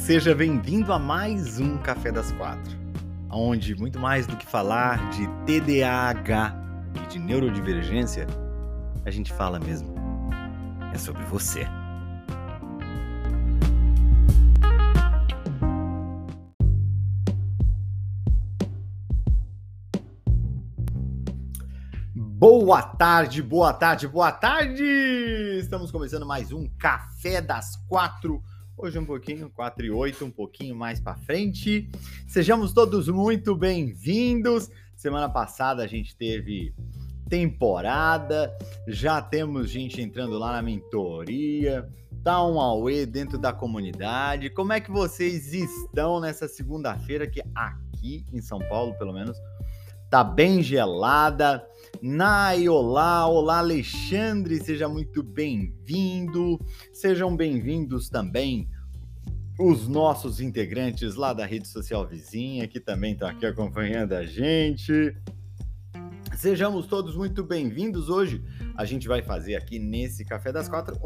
Seja bem-vindo a mais um Café das Quatro, onde muito mais do que falar de TDAH e de neurodivergência, a gente fala mesmo, é sobre você. Boa tarde, boa tarde, boa tarde! Estamos começando mais um Café das Quatro. Hoje um pouquinho, 4:08, um pouquinho mais para frente. Sejamos todos muito bem-vindos. Semana passada a gente teve temporada, já temos gente entrando lá na mentoria, tá um auê dentro da comunidade. Como é que vocês estão nessa segunda-feira que aqui em São Paulo, pelo menos, tá bem gelada? Nai, olá Alexandre, seja muito bem-vindo. Sejam bem-vindos também os nossos integrantes lá da rede social vizinha, que também estão aqui acompanhando a gente. Sejamos todos muito bem-vindos. Hoje a gente vai fazer aqui nesse Café das Quatro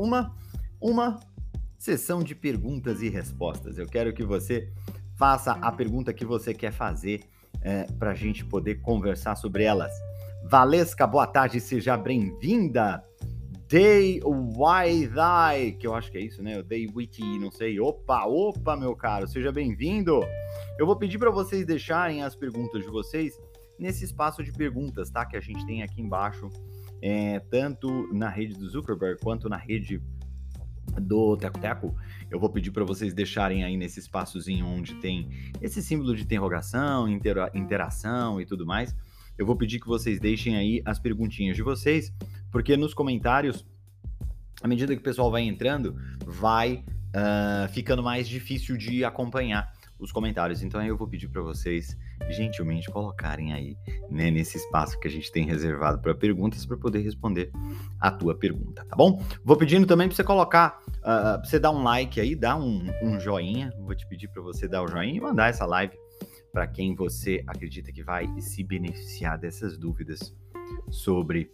uma sessão de perguntas e respostas. Eu quero que você faça a pergunta que você quer fazer para a gente poder conversar sobre elas. Valesca, boa tarde, seja bem-vinda. Day Why, que eu acho que é isso, né? Day Witty, não sei. Opa, meu caro, seja bem-vindo. Eu vou pedir para vocês deixarem as perguntas de vocês nesse espaço de perguntas, tá? Que a gente tem aqui embaixo, tanto na rede do Zuckerberg quanto na rede do Teco. Eu vou pedir para vocês deixarem aí nesse espaçozinho onde tem esse símbolo de interrogação, interação e tudo mais. Eu vou pedir que vocês deixem aí as perguntinhas de vocês, porque nos comentários, à medida que o pessoal vai entrando, vai ficando mais difícil de acompanhar os comentários. Então aí eu vou pedir para vocês gentilmente colocarem aí, né, nesse espaço que a gente tem reservado para perguntas, para poder responder a tua pergunta, tá bom? Vou pedindo também para você colocar, pra você dar um like aí, dar um joinha. Vou te pedir para você dar o joinha e mandar essa live para quem você acredita que vai se beneficiar dessas dúvidas sobre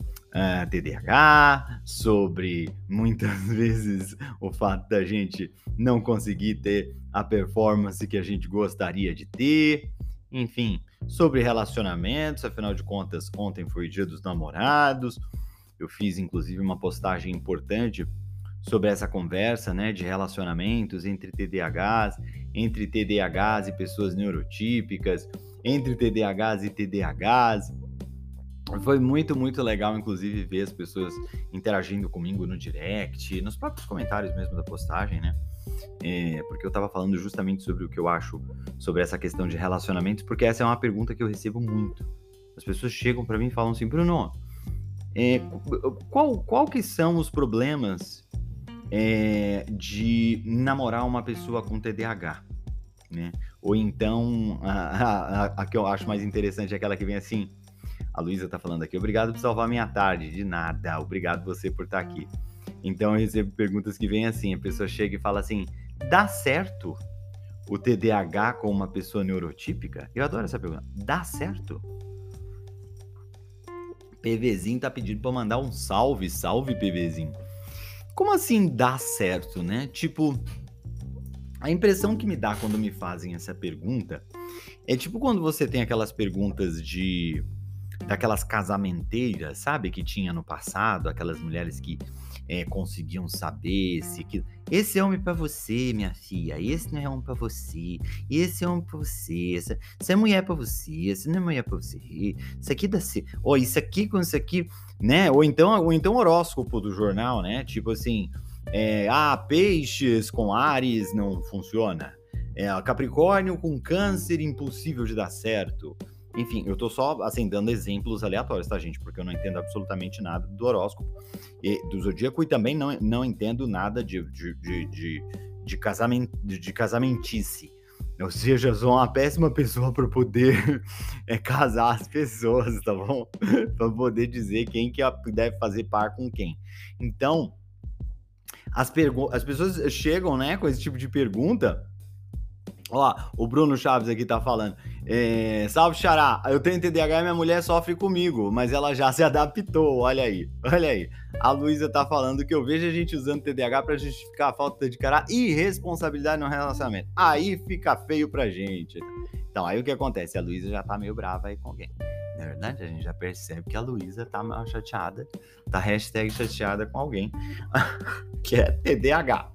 TDAH, sobre muitas vezes o fato da gente não conseguir ter a performance que a gente gostaria de ter, enfim, sobre relacionamentos. Afinal de contas, ontem foi o Dia dos Namorados. Eu fiz inclusive uma postagem importante sobre essa conversa, né, de relacionamentos entre TDAHs e pessoas neurotípicas, entre TDAHs e TDAHs. Foi muito, muito legal, inclusive, ver as pessoas interagindo comigo no direct, nos próprios comentários mesmo da postagem, né? Porque eu tava falando justamente sobre o que eu acho sobre essa questão de relacionamentos, porque essa é uma pergunta que eu recebo muito. As pessoas chegam para mim e falam assim: Bruno, qual que são os problemas de namorar uma pessoa com TDAH, né? Ou então, a que eu acho mais interessante é aquela que vem assim: a Luísa tá falando aqui, obrigado por salvar minha tarde. De nada, obrigado você por estar aqui. Então eu recebo perguntas que vêm assim, a pessoa chega e fala assim: dá certo o TDAH com uma pessoa neurotípica? Eu adoro essa pergunta. Dá certo? PVzinho tá pedindo pra mandar um salve PVzinho. Como assim dá certo, né? Tipo, a impressão que me dá quando me fazem essa pergunta é tipo quando você tem aquelas perguntas daquelas casamenteiras, sabe? Que tinha no passado, aquelas mulheres que conseguiam saber se esse é homem pra você, minha filha, esse não é homem pra você, esse é homem pra você, essa é mulher pra você, essa não é mulher pra você, isso aqui dá certo, isso aqui com isso aqui, né? Ou então horóscopo do jornal, né? Tipo assim, peixes com Áries não funciona, Capricórnio com Câncer impossível de dar certo. Enfim, eu tô só, assim, dando exemplos aleatórios, tá, gente? Porque eu não entendo absolutamente nada do horóscopo e do zodíaco e também não entendo nada de casamentice. Ou seja, eu sou uma péssima pessoa para poder casar as pessoas, tá bom? Para poder dizer quem que deve fazer par com quem. Então, as pessoas chegam, né, com esse tipo de pergunta Ó, o Bruno Chaves aqui tá falando. Salve, Xará. Eu tenho TDAH e minha mulher sofre comigo, mas ela já se adaptou. Olha aí, olha aí. A Luísa tá falando que eu vejo a gente usando TDAH pra justificar a falta de caráter e responsabilidade no relacionamento. Aí fica feio pra gente. Então, aí o que acontece? A Luísa já tá meio brava aí com alguém. Na verdade, a gente já percebe que a Luísa tá mal chateada. Tá hashtag chateada com alguém. Que é TDAH.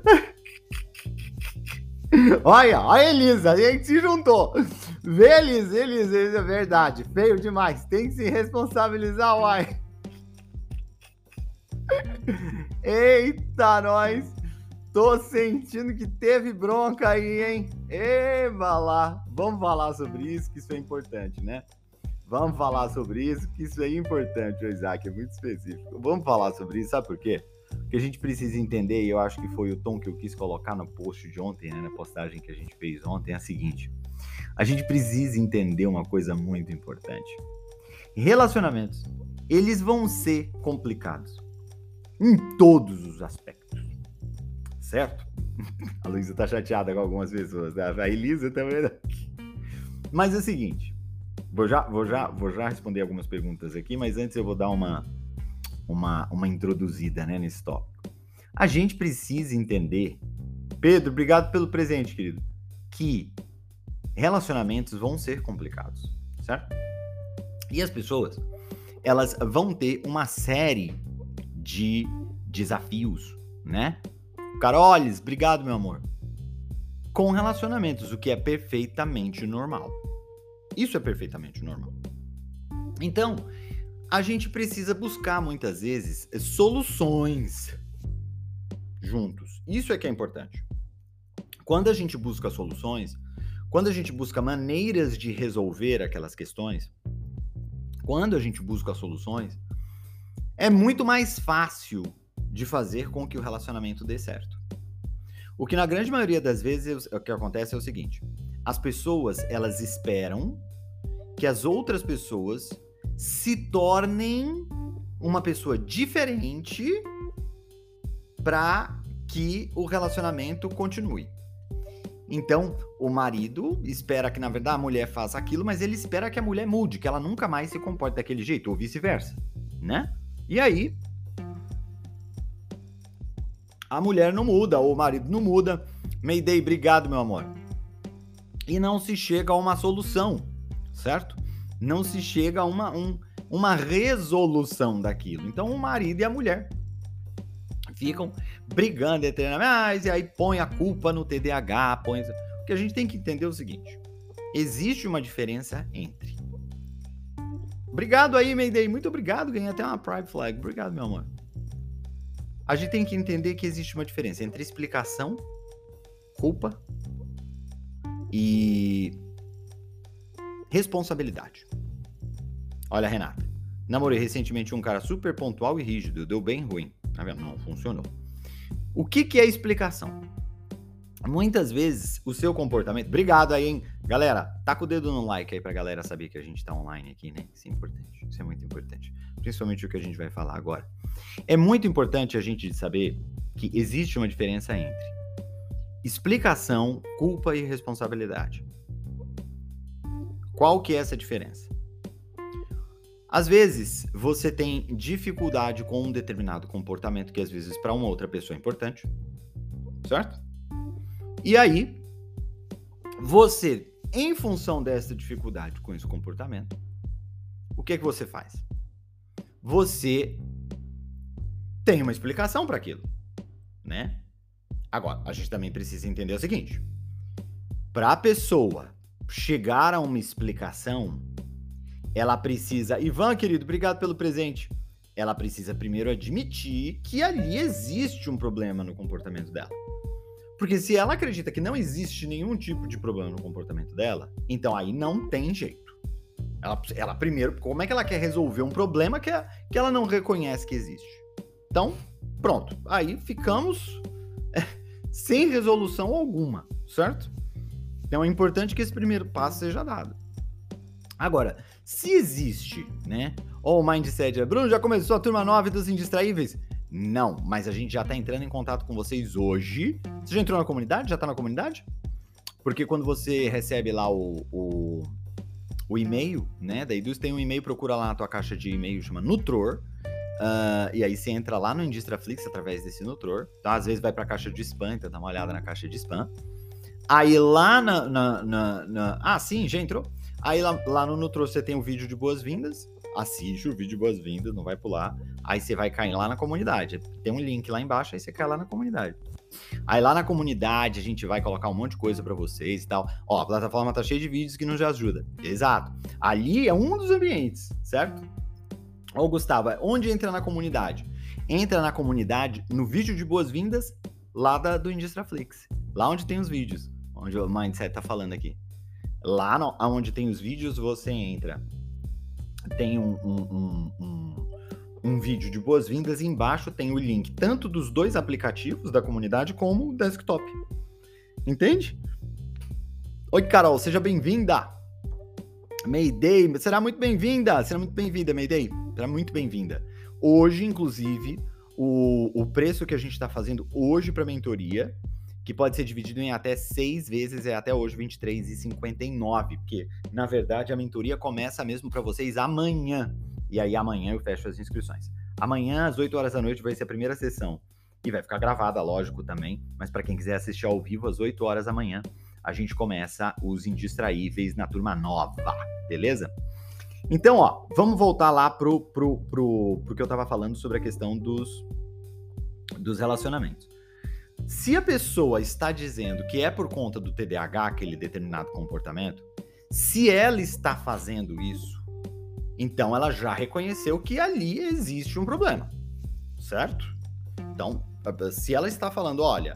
Olha a Elisa, a gente se juntou. Vê, Elisa, é verdade. Feio demais. Tem que se responsabilizar, uai. Eita, nós. Tô sentindo que teve bronca aí, hein? Eba lá. Vamos falar sobre isso, que isso é importante, né? Vamos falar sobre isso, que isso é importante, o Isaac, é muito específico. Vamos falar sobre isso, sabe por quê? Porque a gente precisa entender, e eu acho que foi o tom que eu quis colocar no post de ontem, né, na postagem que a gente fez ontem, é a seguinte. A gente precisa entender uma coisa muito importante. Relacionamentos, eles vão ser complicados em todos os aspectos, certo? A Luísa tá chateada com algumas pessoas, a Elisa também. Mas é o seguinte, vou já responder algumas perguntas aqui, mas antes eu vou dar uma introduzida, né, nesse tópico. A gente precisa entender, Pedro, obrigado pelo presente, querido, que relacionamentos vão ser complicados, certo? E as pessoas, elas vão ter uma série de desafios, né? Carolis, obrigado, meu amor. Com relacionamentos, o que é perfeitamente normal. Isso é perfeitamente normal. Então, a gente precisa buscar, muitas vezes, soluções juntos. Isso é que é importante. Quando a gente busca soluções, quando a gente busca maneiras de resolver aquelas questões, quando a gente busca soluções, é muito mais fácil de fazer com que o relacionamento dê certo. O que na grande maioria das vezes o que acontece é o seguinte: as pessoas, elas esperam que as outras pessoas se tornem uma pessoa diferente para que o relacionamento continue. Então, o marido espera que, na verdade, a mulher faça aquilo, mas ele espera que a mulher mude, que ela nunca mais se comporte daquele jeito, ou vice-versa, né? E aí, a mulher não muda, ou o marido não muda. Mayday, obrigado, meu amor. E não se chega a uma solução, certo? Não se chega a uma resolução daquilo. Então, o marido e a mulher ficam brigando eternamente, e aí põe a culpa no TDAH, Porque a gente tem que entender o seguinte: existe uma diferença entre... Obrigado aí, Mayday, muito obrigado, ganhei até uma Pride Flag, obrigado, meu amor. A gente tem que entender que existe uma diferença entre explicação, culpa e responsabilidade. Olha, Renata, namorei recentemente um cara super pontual e rígido, deu bem ruim. Tá vendo? Não funcionou. O que é explicação? Muitas vezes o seu comportamento... Obrigado aí, hein? Galera, taca o dedo no like aí pra galera saber que a gente tá online aqui, né? Isso é importante. Isso é muito importante. Principalmente o que a gente vai falar agora. É muito importante a gente saber que existe uma diferença entre explicação, culpa e responsabilidade. Qual que é essa diferença? Às vezes, você tem dificuldade com um determinado comportamento que às vezes para uma outra pessoa é importante, certo? E aí, você, em função dessa dificuldade com esse comportamento, o que você faz? Você tem uma explicação para aquilo, né? Agora, a gente também precisa entender o seguinte: para a pessoa chegar a uma explicação, ela precisa... Ivan, querido, obrigado pelo presente. Ela precisa primeiro admitir que ali existe um problema no comportamento dela. Porque se ela acredita que não existe nenhum tipo de problema no comportamento dela, então aí não tem jeito. Ela primeiro... Como é que ela quer resolver um problema que ela não reconhece que existe? Então, pronto. Aí ficamos sem resolução alguma, certo? Então é importante que esse primeiro passo seja dado. Agora, se existe, né? O mindset, Bruno, já começou a turma 9 dos Indistraíveis? Não, mas a gente já tá entrando em contato com vocês hoje. Você já entrou na comunidade? Já tá na comunidade? Porque quando você recebe lá o e-mail, né, da Eduz, tem um e-mail, procura lá na tua caixa de e-mail, chama Nutror, e aí você entra lá no Indistraflix através desse Nutror, tá? Às vezes vai pra caixa de spam, então dá uma olhada na caixa de spam. Aí lá sim, já entrou? Aí lá no Nutror você tem o vídeo de boas-vindas, assiste o vídeo de boas-vindas, não vai pular. Aí você vai cair lá na comunidade, tem um link lá embaixo, aí você cai lá na comunidade. Aí lá na comunidade a gente vai colocar um monte de coisa pra vocês e tal. Ó, a plataforma tá cheia de vídeos que nos ajuda. Exato. Ali é um dos ambientes, certo? Ó, Gustavo, onde entra na comunidade? Entra na comunidade no vídeo de boas-vindas lá do Indistraflix. Lá onde tem os vídeos, onde o Mindset tá falando aqui. Lá onde tem os vídeos, você entra. Tem um vídeo de boas-vindas e embaixo tem o link tanto dos dois aplicativos da comunidade como o desktop. Entende? Oi, Carol, seja bem-vinda. Mayday, será muito bem-vinda. Será muito bem-vinda, Mayday. Será muito bem-vinda. Hoje, inclusive, o preço que a gente está fazendo hoje para mentoria, que pode ser dividido em até 6 vezes, é até hoje R$23,59, porque, na verdade, a mentoria começa mesmo para vocês amanhã. E aí amanhã eu fecho as inscrições. Amanhã, às 8 horas da noite, vai ser a primeira sessão. E vai ficar gravada, lógico, também. Mas para quem quiser assistir ao vivo, às 8 horas da manhã, a gente começa os Indistraíveis na turma nova, beleza? Então, ó, vamos voltar lá pro que eu tava falando sobre a questão dos relacionamentos. Se a pessoa está dizendo que é por conta do TDAH, aquele determinado comportamento, se ela está fazendo isso, então ela já reconheceu que ali existe um problema, certo? Então, se ela está falando, olha,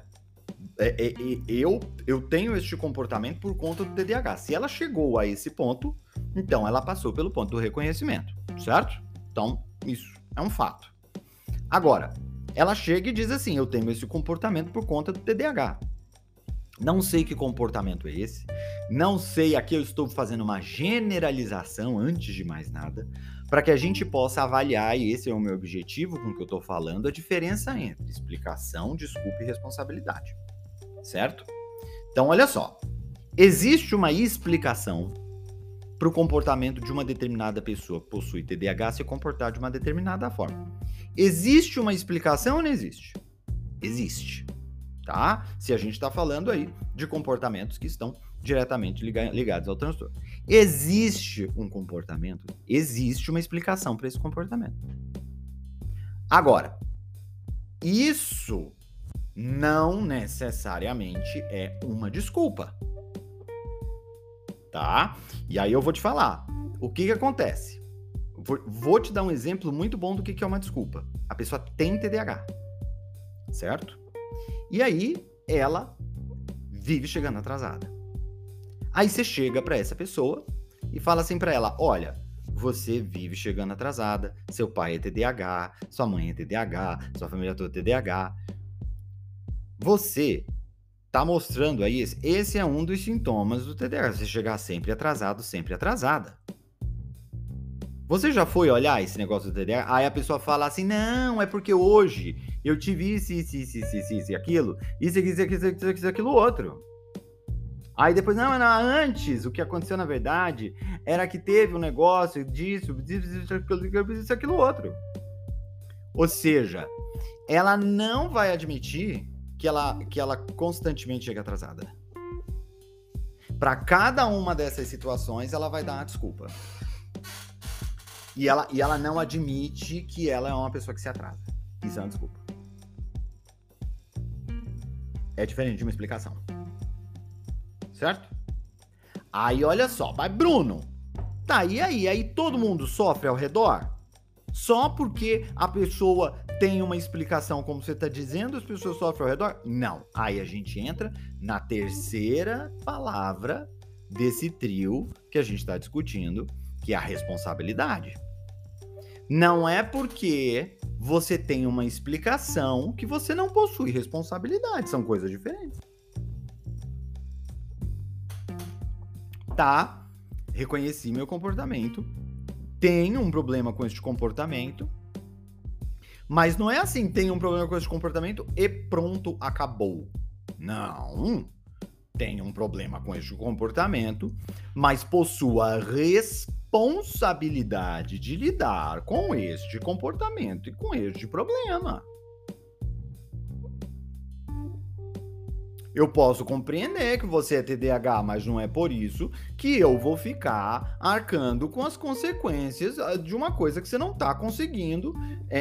eu tenho este comportamento por conta do TDAH. Se ela chegou a esse ponto, então ela passou pelo ponto do reconhecimento, certo? Então, isso é um fato. Agora, ela chega e diz assim, eu tenho esse comportamento por conta do TDAH. Não sei que comportamento é esse, não sei, aqui eu estou fazendo uma generalização antes de mais nada, para que a gente possa avaliar, e esse é o meu objetivo com o que eu estou falando, a diferença entre explicação, desculpa e responsabilidade, certo? Então, olha só, existe uma explicação para o comportamento de uma determinada pessoa que possui TDAH se comportar de uma determinada forma. Existe uma explicação ou não existe? Existe. Tá? Se a gente está falando aí de comportamentos que estão diretamente ligados ao transtorno. Existe um comportamento, existe uma explicação para esse comportamento. Agora, isso não necessariamente é uma desculpa. Tá? E aí eu vou te falar, o que acontece? Vou te dar um exemplo muito bom do que é uma desculpa. A pessoa tem TDAH, certo? E aí, ela vive chegando atrasada. Aí você chega para essa pessoa e fala assim para ela, olha, você vive chegando atrasada, seu pai é TDAH, sua mãe é TDAH, sua família toda é TDAH. Você tá mostrando aí, esse é um dos sintomas do TDAH, você chegar sempre atrasado, sempre atrasada. Você já foi olhar esse negócio do TDAH? Aí a pessoa fala assim, não, é porque hoje eu tive isso, aquilo, isso, aquilo outro. Aí depois, não, antes, o que aconteceu na verdade era que teve um negócio disso, aquilo outro. Ou seja, ela não vai admitir que ela constantemente chega atrasada. Para cada uma dessas situações, ela vai dar uma desculpa. E ela não admite que ela é uma pessoa que se atrasa. Isso é uma desculpa. É diferente de uma explicação. Certo? Aí, olha só. Mas, Bruno, tá, e aí? Aí todo mundo sofre ao redor? Só porque a pessoa tem uma explicação, como você tá dizendo, as pessoas sofrem ao redor? Não. Aí a gente entra na terceira palavra desse trio que a gente tá discutindo, que é a responsabilidade. Não é porque você tem uma explicação que você não possui responsabilidade. São coisas diferentes. Tá, reconheci meu comportamento, tenho um problema com este comportamento, mas não é assim, tenho um problema com este comportamento e pronto, acabou. Não. tem um problema com este comportamento, mas possua a responsabilidade de lidar com este comportamento e com este problema. Eu posso compreender que você é TDAH, mas não é por isso que eu vou ficar arcando com as consequências de uma coisa que você não está conseguindo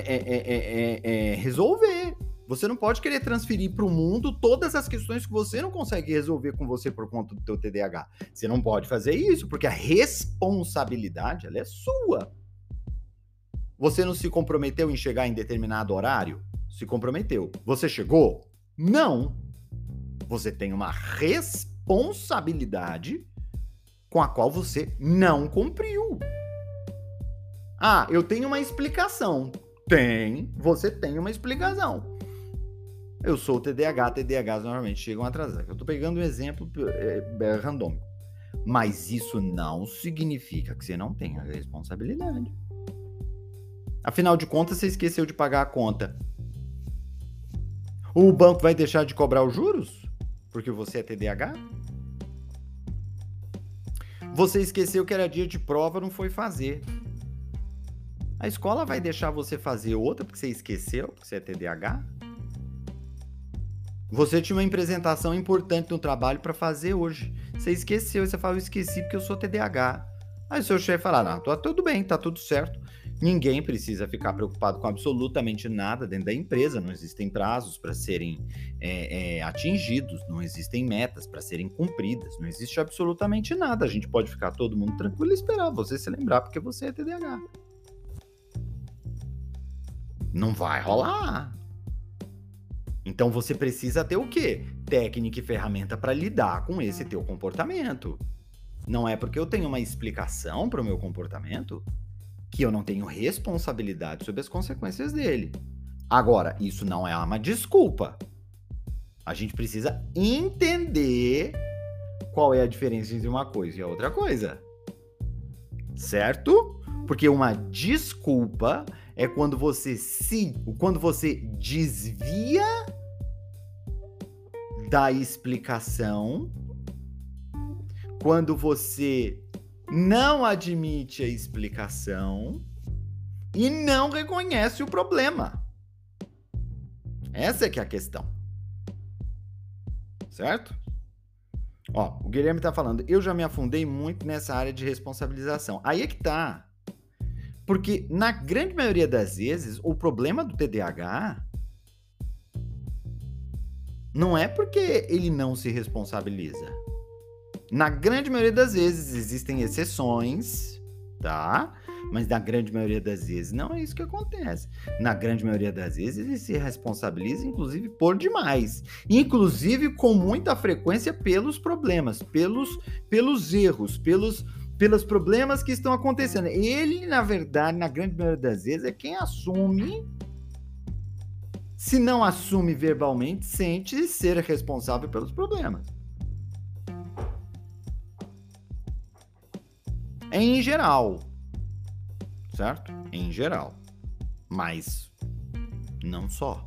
resolver. Você não pode querer transferir para o mundo todas as questões que você não consegue resolver com você por conta do teu TDAH. Você não pode fazer isso, porque a responsabilidade ela é sua. Você não se comprometeu em chegar em determinado horário? Se comprometeu. Você chegou? Não. Você tem uma responsabilidade com a qual você não cumpriu. Ah, eu tenho uma explicação. Você tem uma explicação. Eu sou TDAH, TDAHs normalmente chegam atrasados. Eu tô pegando um exemplo randômico. Mas isso não significa que você não tenha responsabilidade. Afinal de contas, você esqueceu de pagar a conta. O banco vai deixar de cobrar os juros? Porque você é TDAH? Você esqueceu que era dia de prova, não foi fazer. A escola vai deixar você fazer outra porque você esqueceu, porque você é TDAH? Você tinha uma apresentação importante no trabalho para fazer hoje. Você esqueceu, você fala, eu esqueci porque eu sou TDAH. Aí o seu chefe fala, não, tá tudo bem, tá tudo certo. Ninguém precisa ficar preocupado com absolutamente nada dentro da empresa. Não existem prazos para serem atingidos, não existem metas para serem cumpridas, não existe absolutamente nada. A gente pode ficar todo mundo tranquilo e esperar você se lembrar porque você é TDAH. Não vai rolar. Então você precisa ter o quê? Técnica e ferramenta para lidar com esse teu comportamento. Não é porque eu tenho uma explicação para o meu comportamento que eu não tenho responsabilidade sobre as consequências dele. Agora, isso não é uma desculpa. A gente precisa entender qual é a diferença entre uma coisa e a outra coisa. Certo? Porque uma desculpa é quando você desvia da explicação, quando você não admite a explicação e não reconhece o problema. Essa é que é a questão. Certo? Ó, o Guilherme tá falando, eu já me afundei muito nessa área de responsabilização. Aí é que tá. Porque na grande maioria das vezes, o problema do TDAH não é porque ele não se responsabiliza. Na grande maioria das vezes, existem exceções, tá? Mas na grande maioria das vezes não é isso que acontece. Na grande maioria das vezes ele se responsabiliza, inclusive, por demais. Inclusive com muita frequência pelos problemas, pelos erros, pelos problemas que estão acontecendo. Ele, na verdade, na grande maioria das vezes, é quem assume, se não assume verbalmente, sente ser responsável pelos problemas. Em geral, certo? Em geral, mas não só.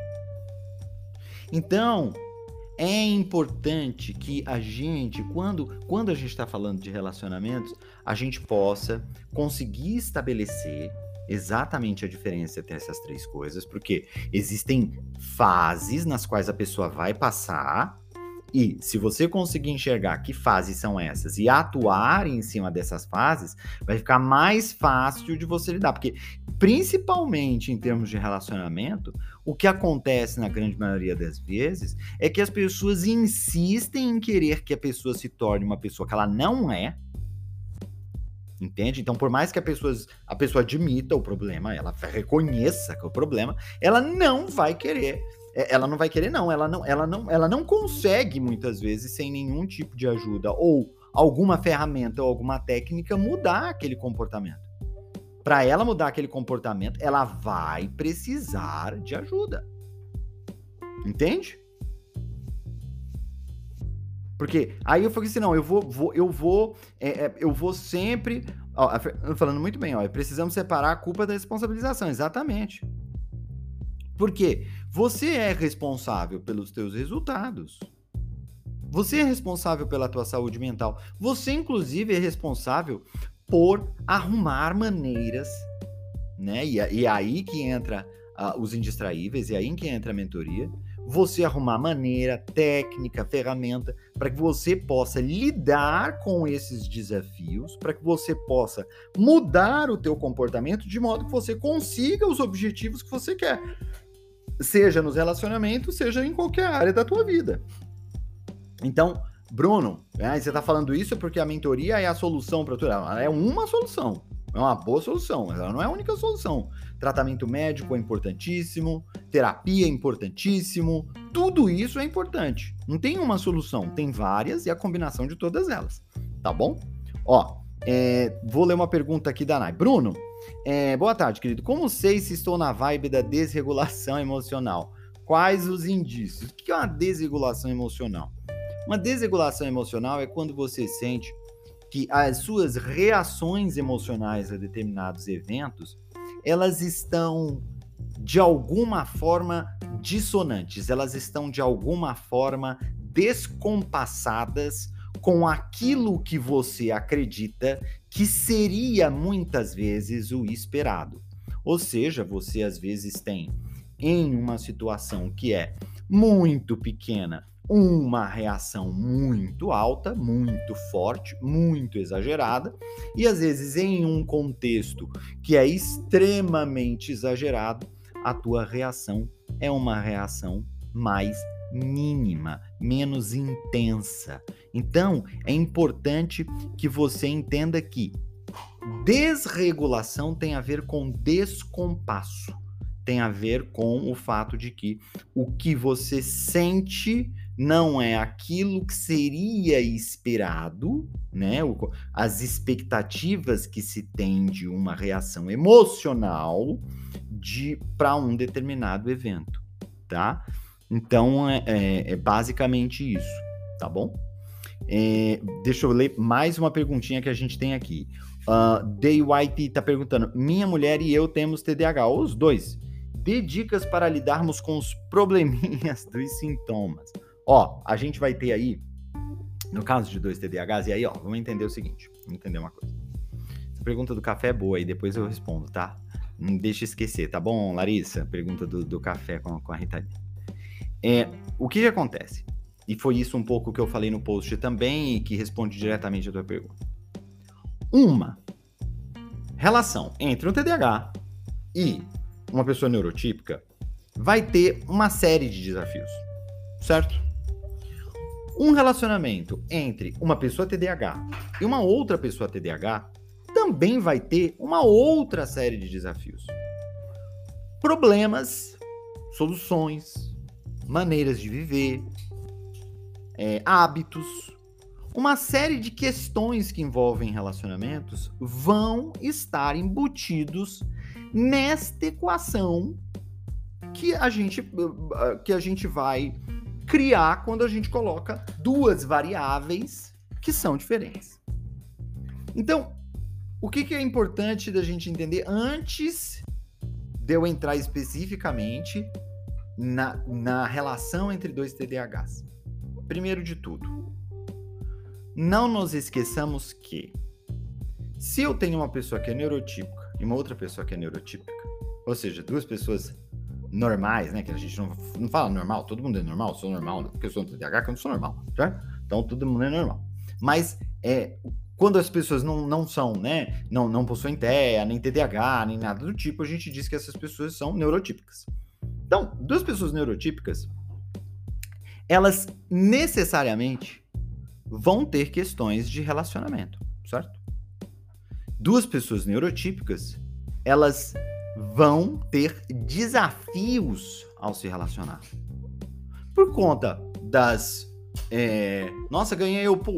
Então, é importante que a gente, quando a gente está falando de relacionamentos, a gente possa conseguir estabelecer exatamente a diferença entre essas três coisas, porque existem fases nas quais a pessoa vai passar. E se você conseguir enxergar que fases são essas e atuar em cima dessas fases, vai ficar mais fácil de você lidar. Porque, principalmente em termos de relacionamento, o que acontece na grande maioria das vezes é que as pessoas insistem em querer que a pessoa se torne uma pessoa que ela não é. Entende? Então, por mais que a pessoa admita o problema, ela reconheça que é o problema, ela não vai querer. Ela não consegue, muitas vezes, sem nenhum tipo de ajuda ou alguma ferramenta ou alguma técnica, mudar aquele comportamento. Para ela mudar aquele comportamento, ela vai precisar de ajuda. Entende? Porque aí eu falei assim, não, eu vou sempre... Ó, falando muito bem, ó, precisamos separar a culpa da responsabilização, exatamente. Por quê? Você é responsável pelos teus resultados. Você é responsável pela tua saúde mental. Você, inclusive, é responsável por arrumar maneiras, né? E aí que entra os indistraíveis, e aí que entra a mentoria. Você arrumar maneira, técnica, ferramenta, para que você possa lidar com esses desafios, para que você possa mudar o teu comportamento de modo que você consiga os objetivos que você quer. Seja nos relacionamentos, seja em qualquer área da tua vida. Então, Bruno, você está falando isso porque a mentoria é a solução para tudo. Ela é uma solução, é uma boa solução, mas ela não é a única solução. Tratamento médico é importantíssimo, terapia é importantíssimo, tudo isso é importante. Não tem uma solução, tem várias e a combinação de todas elas, tá bom? Ó, vou ler uma pergunta aqui da Nai. Bruno, boa tarde, querido. Como sei se estou na vibe da desregulação emocional? Quais os indícios? O que é uma desregulação emocional? Uma desregulação emocional é quando você sente que as suas reações emocionais a determinados eventos, elas estão de alguma forma dissonantes, elas estão de alguma forma descompassadas com aquilo que você acredita que seria muitas vezes o esperado. Ou seja, você às vezes tem em uma situação que é muito pequena, uma reação muito alta, muito forte, muito exagerada, e às vezes em um contexto que é extremamente exagerado, a tua reação é uma reação mais mínima, menos intensa. Então, é importante que você entenda que desregulação tem a ver com descompasso, tem a ver com o fato de que o que você sente não é aquilo que seria esperado, né? As expectativas que se tem de uma reação emocional para um determinado evento, tá? Então, é basicamente isso, tá bom? Deixa eu ler mais uma perguntinha que a gente tem aqui. Day White tá perguntando, minha mulher e eu temos TDAH, os dois. Dê dicas para lidarmos com os probleminhas dos sintomas. Ó, a gente vai ter aí, no caso de 2 TDAHs, e aí, ó, vamos entender o seguinte, vamos entender uma coisa. Essa pergunta do café é boa, e depois eu respondo, tá? Não deixa esquecer, tá bom, Larissa? Pergunta do café com a Rita. O que acontece? E foi isso um pouco que eu falei no post também, e que responde diretamente a tua pergunta. Uma relação entre um TDAH e uma pessoa neurotípica vai ter uma série de desafios, certo? Um relacionamento entre uma pessoa TDAH e uma outra pessoa TDAH também vai ter uma outra série de desafios. Problemas, soluções, maneiras de viver, hábitos, uma série de questões que envolvem relacionamentos vão estar embutidos nesta equação que a gente vai criar quando a gente coloca duas variáveis que são diferentes. Então, o que é importante da gente entender antes de eu entrar especificamente na relação entre 2 TDAHs? Primeiro de tudo, não nos esqueçamos que se eu tenho uma pessoa que é neurotípica e uma outra pessoa que é neurotípica, ou seja, 2 pessoas normais, né, que a gente não fala normal, todo mundo é normal, eu sou normal, porque eu sou um TDAH, que eu não sou normal, tá? Então todo mundo é normal. Mas quando as pessoas não são, né, não possuem TEA, nem TDAH, nem nada do tipo, a gente diz que essas pessoas são neurotípicas. Então, 2 pessoas neurotípicas, elas necessariamente vão ter questões de relacionamento, certo? 2 pessoas neurotípicas, elas vão ter desafios ao se relacionar. Por conta das... Nossa, ganhei o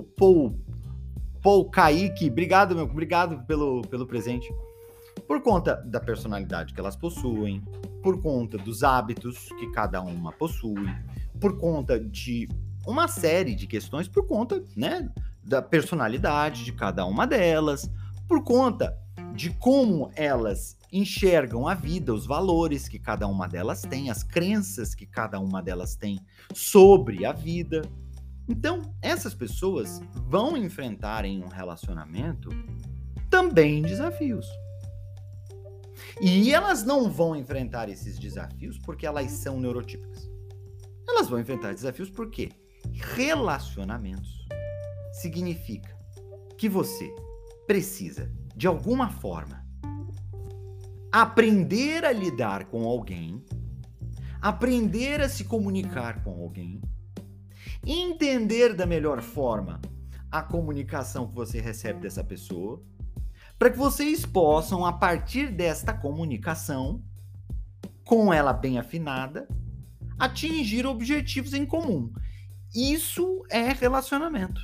Paul Kaique, obrigado pelo presente. Por conta da personalidade que elas possuem, por conta dos hábitos que cada uma possui, por conta de uma série de questões, por conta, né, da personalidade de cada uma delas, por conta de como elas enxergam a vida, os valores que cada uma delas tem, as crenças que cada uma delas tem sobre a vida. Então, essas pessoas vão enfrentar em um relacionamento também desafios. E elas não vão enfrentar esses desafios porque elas são neurotípicas. Elas vão enfrentar desafios porque relacionamentos significa que você precisa, de alguma forma, aprender a lidar com alguém, aprender a se comunicar com alguém, entender da melhor forma a comunicação que você recebe dessa pessoa, para que vocês possam, a partir desta comunicação, com ela bem afinada, atingir objetivos em comum. Isso é relacionamento.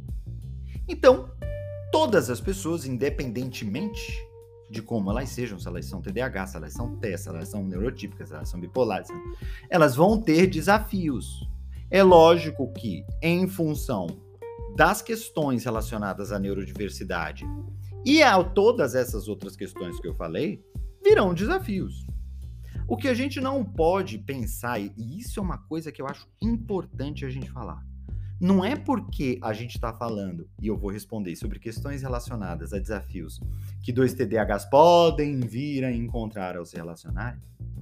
Então, todas as pessoas, independentemente de como elas sejam, se elas são TDAH, se elas são T, se elas são neurotípicas, se elas são bipolares, elas vão ter desafios. É lógico que, em função das questões relacionadas à neurodiversidade e a todas essas outras questões que eu falei, virão desafios. O que a gente não pode pensar, e isso é uma coisa que eu acho importante a gente falar, não é porque a gente está falando, e eu vou responder sobre questões relacionadas a desafios que 2 TDAHs podem vir a encontrar ao se relacionarem,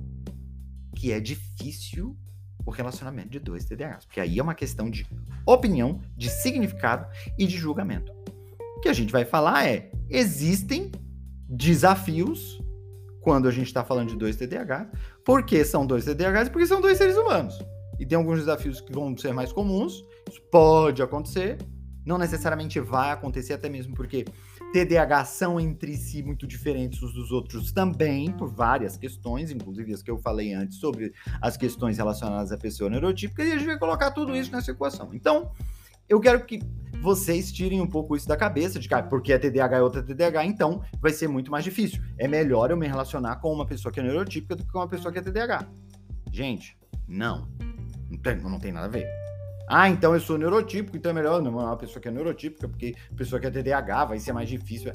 que é difícil o relacionamento de 2 TDAHs, porque aí é uma questão de opinião, de significado e de julgamento. O que a gente vai falar é, existem desafios quando a gente está falando de 2 TDAHs, porque são 2 TDAHs e porque são 2 seres humanos. E tem alguns desafios que vão ser mais comuns, isso pode acontecer, não necessariamente vai acontecer, até mesmo porque TDAH são entre si muito diferentes uns dos outros também, por várias questões, inclusive as que eu falei antes sobre as questões relacionadas à pessoa neurotípica, e a gente vai colocar tudo isso nessa equação. Então, eu quero que vocês tirem um pouco isso da cabeça, de que porque é TDAH e outra TDAH, então vai ser muito mais difícil. É melhor eu me relacionar com uma pessoa que é neurotípica do que com uma pessoa que é TDAH. Gente, não tem nada a ver. Ah, então eu sou neurotípico, então é melhor não uma pessoa que é neurotípica, porque a pessoa que é TDAH vai ser mais difícil.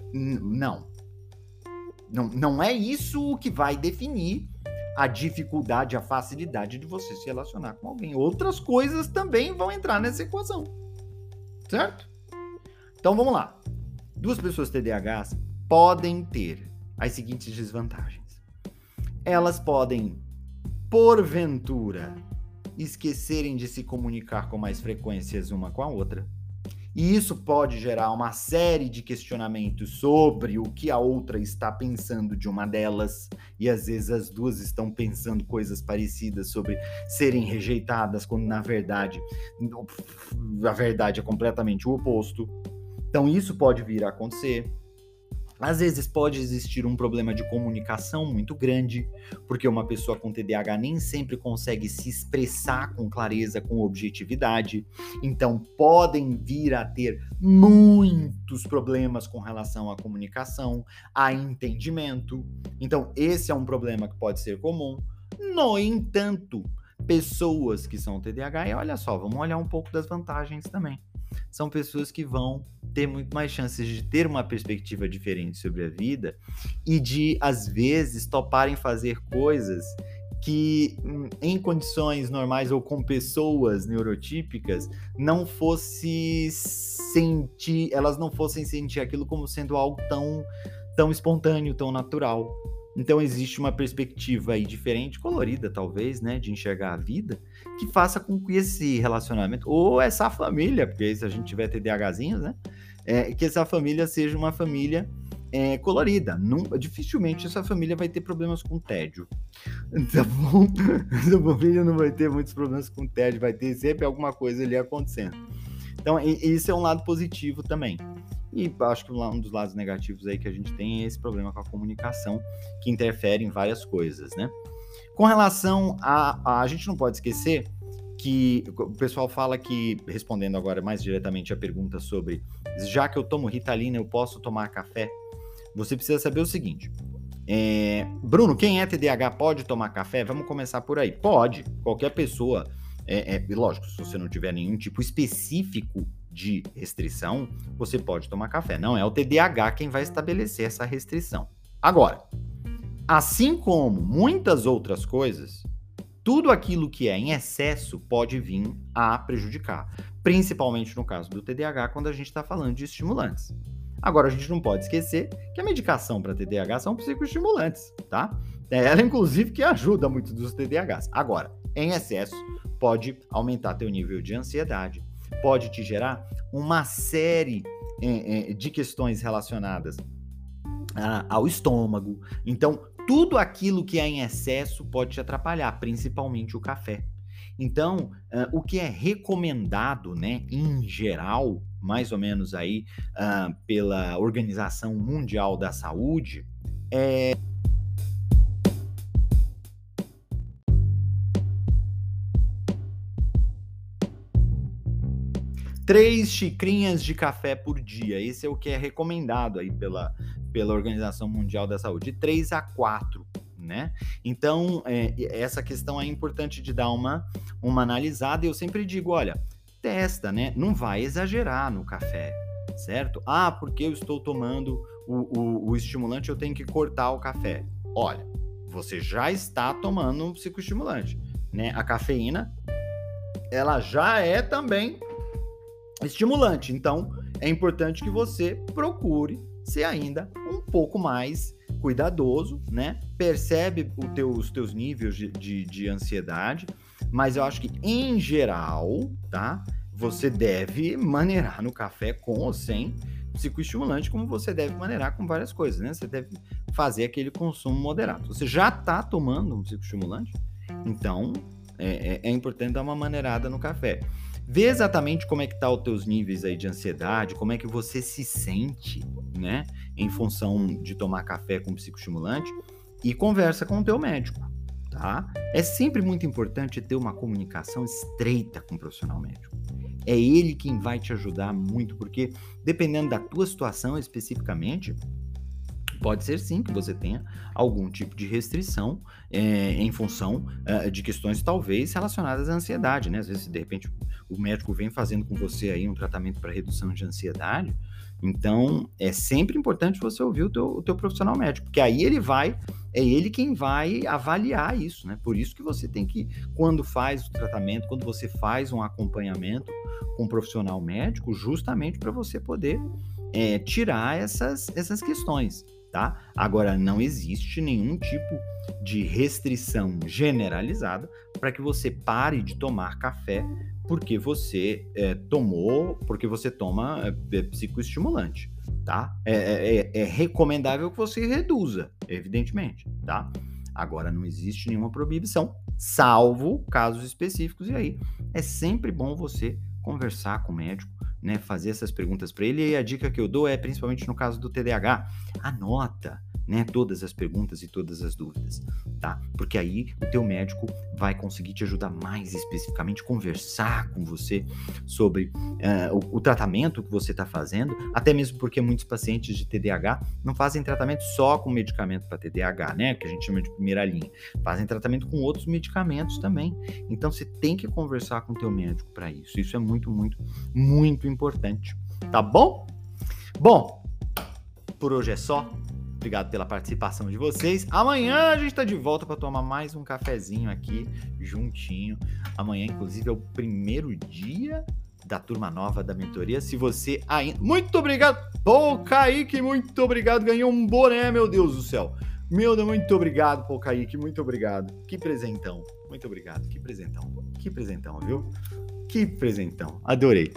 Não é isso que vai definir a dificuldade, a facilidade de você se relacionar com alguém. Outras coisas também vão entrar nessa equação. Certo? Então vamos lá. 2 pessoas TDAHs podem ter as seguintes desvantagens. Elas podem, porventura, esquecerem de se comunicar com mais frequências uma com a outra. E isso pode gerar uma série de questionamentos sobre o que a outra está pensando de uma delas. E às vezes as duas estão pensando coisas parecidas sobre serem rejeitadas, quando na verdade a verdade é completamente o oposto. Então isso pode vir a acontecer. Às vezes pode existir um problema de comunicação muito grande, porque uma pessoa com TDAH nem sempre consegue se expressar com clareza, com objetividade. Então podem vir a ter muitos problemas com relação à comunicação, a entendimento. Então esse é um problema que pode ser comum. No entanto, pessoas que são TDAH, e olha só, vamos olhar um pouco das vantagens também. São pessoas que vão ter muito mais chances de ter uma perspectiva diferente sobre a vida e de, às vezes, toparem fazer coisas que, em condições normais ou com pessoas neurotípicas, elas não fossem sentir aquilo como sendo algo tão espontâneo, tão natural. Então existe uma perspectiva aí diferente, colorida talvez, né, de enxergar a vida, que faça com que esse relacionamento, ou essa família, porque se a gente tiver TDAHzinhos, né, que essa família seja uma família colorida. Dificilmente essa família vai ter problemas com tédio. Tá bom? Essa família não vai ter muitos problemas com tédio, vai ter sempre alguma coisa ali acontecendo. Então isso é um lado positivo também. E acho que um dos lados negativos aí que a gente tem é esse problema com a comunicação, que interfere em várias coisas, né? Com relação a gente não pode esquecer que o pessoal fala que, respondendo agora mais diretamente a pergunta sobre, já que eu tomo Ritalina, eu posso tomar café? Você precisa saber o seguinte, Bruno, quem é TDAH pode tomar café? Vamos começar por aí. Pode, qualquer pessoa, lógico, se você não tiver nenhum tipo específico de restrição, você pode tomar café. Não é o TDAH quem vai estabelecer essa restrição. Agora, assim como muitas outras coisas, tudo aquilo que é em excesso pode vir a prejudicar. principalmente no caso do TDAH, quando a gente está falando de estimulantes. Agora, a gente não pode esquecer que a medicação para TDAH são psicoestimulantes, tá? É ela, inclusive, que ajuda muito dos TDAHs. Agora, em excesso, pode aumentar teu nível de ansiedade, pode te gerar uma série de questões relacionadas ao estômago. Então, tudo aquilo que é em excesso pode te atrapalhar, principalmente o café. Então, o que é recomendado, né, em geral, mais ou menos aí pela Organização Mundial da Saúde, é 3 xicrinhas de café por dia. Esse é o que é recomendado aí pela Organização Mundial da Saúde, de 3 a 4, né? Então, essa questão é importante de dar uma analisada, e eu sempre digo, olha, testa, né? Não vai exagerar no café, certo? Ah, porque eu estou tomando o estimulante, eu tenho que cortar o café. Olha, você já está tomando um psicoestimulante, né? A cafeína, ela já é também estimulante, então é importante que você procure ser ainda um pouco mais cuidadoso, né? Percebe os teus níveis de ansiedade, mas eu acho que, em geral, tá? Você deve maneirar no café com ou sem psicoestimulante, como você deve maneirar com várias coisas, né? Você deve fazer aquele consumo moderado. Você já está tomando um psicoestimulante, então é importante dar uma maneirada no café. Vê exatamente como é que tá os teus níveis aí de ansiedade, como é que você se sente, né, em função de tomar café com psicoestimulante, e conversa com o teu médico, tá? É sempre muito importante ter uma comunicação estreita com o profissional médico. É ele quem vai te ajudar muito, porque dependendo da tua situação especificamente, pode ser sim que você tenha algum tipo de restrição em função de questões talvez relacionadas à ansiedade, né? Às vezes, de repente, o médico vem fazendo com você aí um tratamento para redução de ansiedade, então é sempre importante você ouvir o teu profissional médico, porque aí é ele quem vai avaliar isso, né? Por isso que você tem que, quando faz o tratamento, quando você faz um acompanhamento com um profissional médico, justamente para você poder tirar essas questões. Tá? Agora, não existe nenhum tipo de restrição generalizada para que você pare de tomar café porque você toma psicoestimulante, tá? É recomendável que você reduza, evidentemente, tá? Agora, não existe nenhuma proibição, salvo casos específicos, e aí é sempre bom você conversar com o médico, né, fazer essas perguntas para ele. E a dica que eu dou é, principalmente no caso do TDAH, anota, né, todas as perguntas e todas as dúvidas, tá? Porque aí o teu médico vai conseguir te ajudar mais especificamente, conversar com você sobre o tratamento que você está fazendo, até mesmo porque muitos pacientes de TDAH não fazem tratamento só com medicamento para TDAH, né, que a gente chama de primeira linha, fazem tratamento com outros medicamentos também. Então você tem que conversar com o teu médico para isso. Isso é muito, muito, muito importante, tá bom? Bom, por hoje é só. Obrigado pela participação de vocês. Amanhã a gente tá de volta para tomar mais um cafezinho aqui juntinho. Amanhã, inclusive, é o primeiro dia da turma nova da mentoria. Se você ainda... Muito obrigado! Pô, Kaique, muito obrigado. Ganhou um boné, meu Deus do céu. Meu Deus, muito obrigado, pô, Kaique. Muito obrigado. Que presentão. Muito obrigado. Que presentão. Que presentão, viu? Que presentão. Adorei.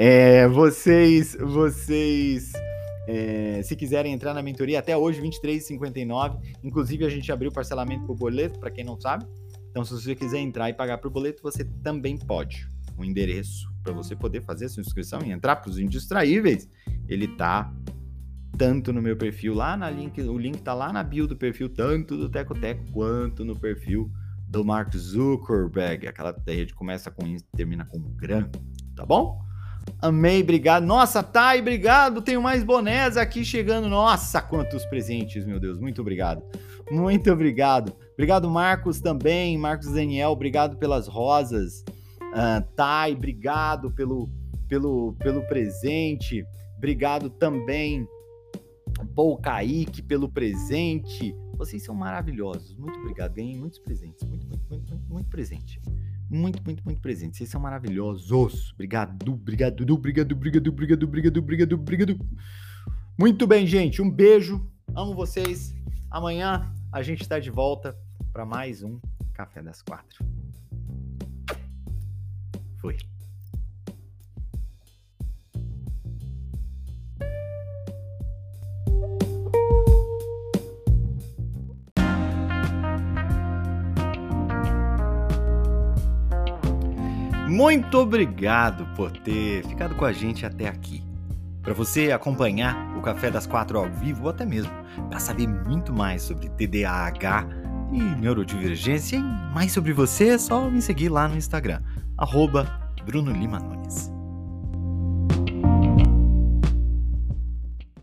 Se quiserem entrar na mentoria, até hoje, R$23,59. Inclusive, a gente abriu parcelamento por boleto, para quem não sabe. Então, se você quiser entrar e pagar por boleto, você também pode. O endereço para você poder fazer a sua inscrição e entrar para os indistraíveis, ele tá tanto no meu perfil, o link tá lá na bio do perfil, tanto do Teco Teco, quanto no perfil do Mark Zuckerberg. Aquela rede começa com I, termina com Gran, tá bom? Amei, obrigado. Nossa, Thay, obrigado. Tenho mais bonés aqui chegando. Nossa, quantos presentes, meu Deus. Muito obrigado. Muito obrigado. Obrigado, Marcos, também. Marcos Daniel, obrigado pelas rosas. Thay, obrigado pelo presente. Obrigado também, Paul Kaique, pelo presente. Vocês são maravilhosos. Muito obrigado. Ganhei muitos presentes. Muito presente. Muito presente. Vocês são maravilhosos. Obrigado. Muito bem, gente. Um beijo. Amo vocês. Amanhã a gente está de volta para mais um Café das 4. Fui. Muito obrigado por ter ficado com a gente até aqui. Para você acompanhar o Café das 4 ao vivo, ou até mesmo para saber muito mais sobre TDAH e neurodivergência e mais sobre você, é só me seguir lá no Instagram, @Bruno Lima Nunes.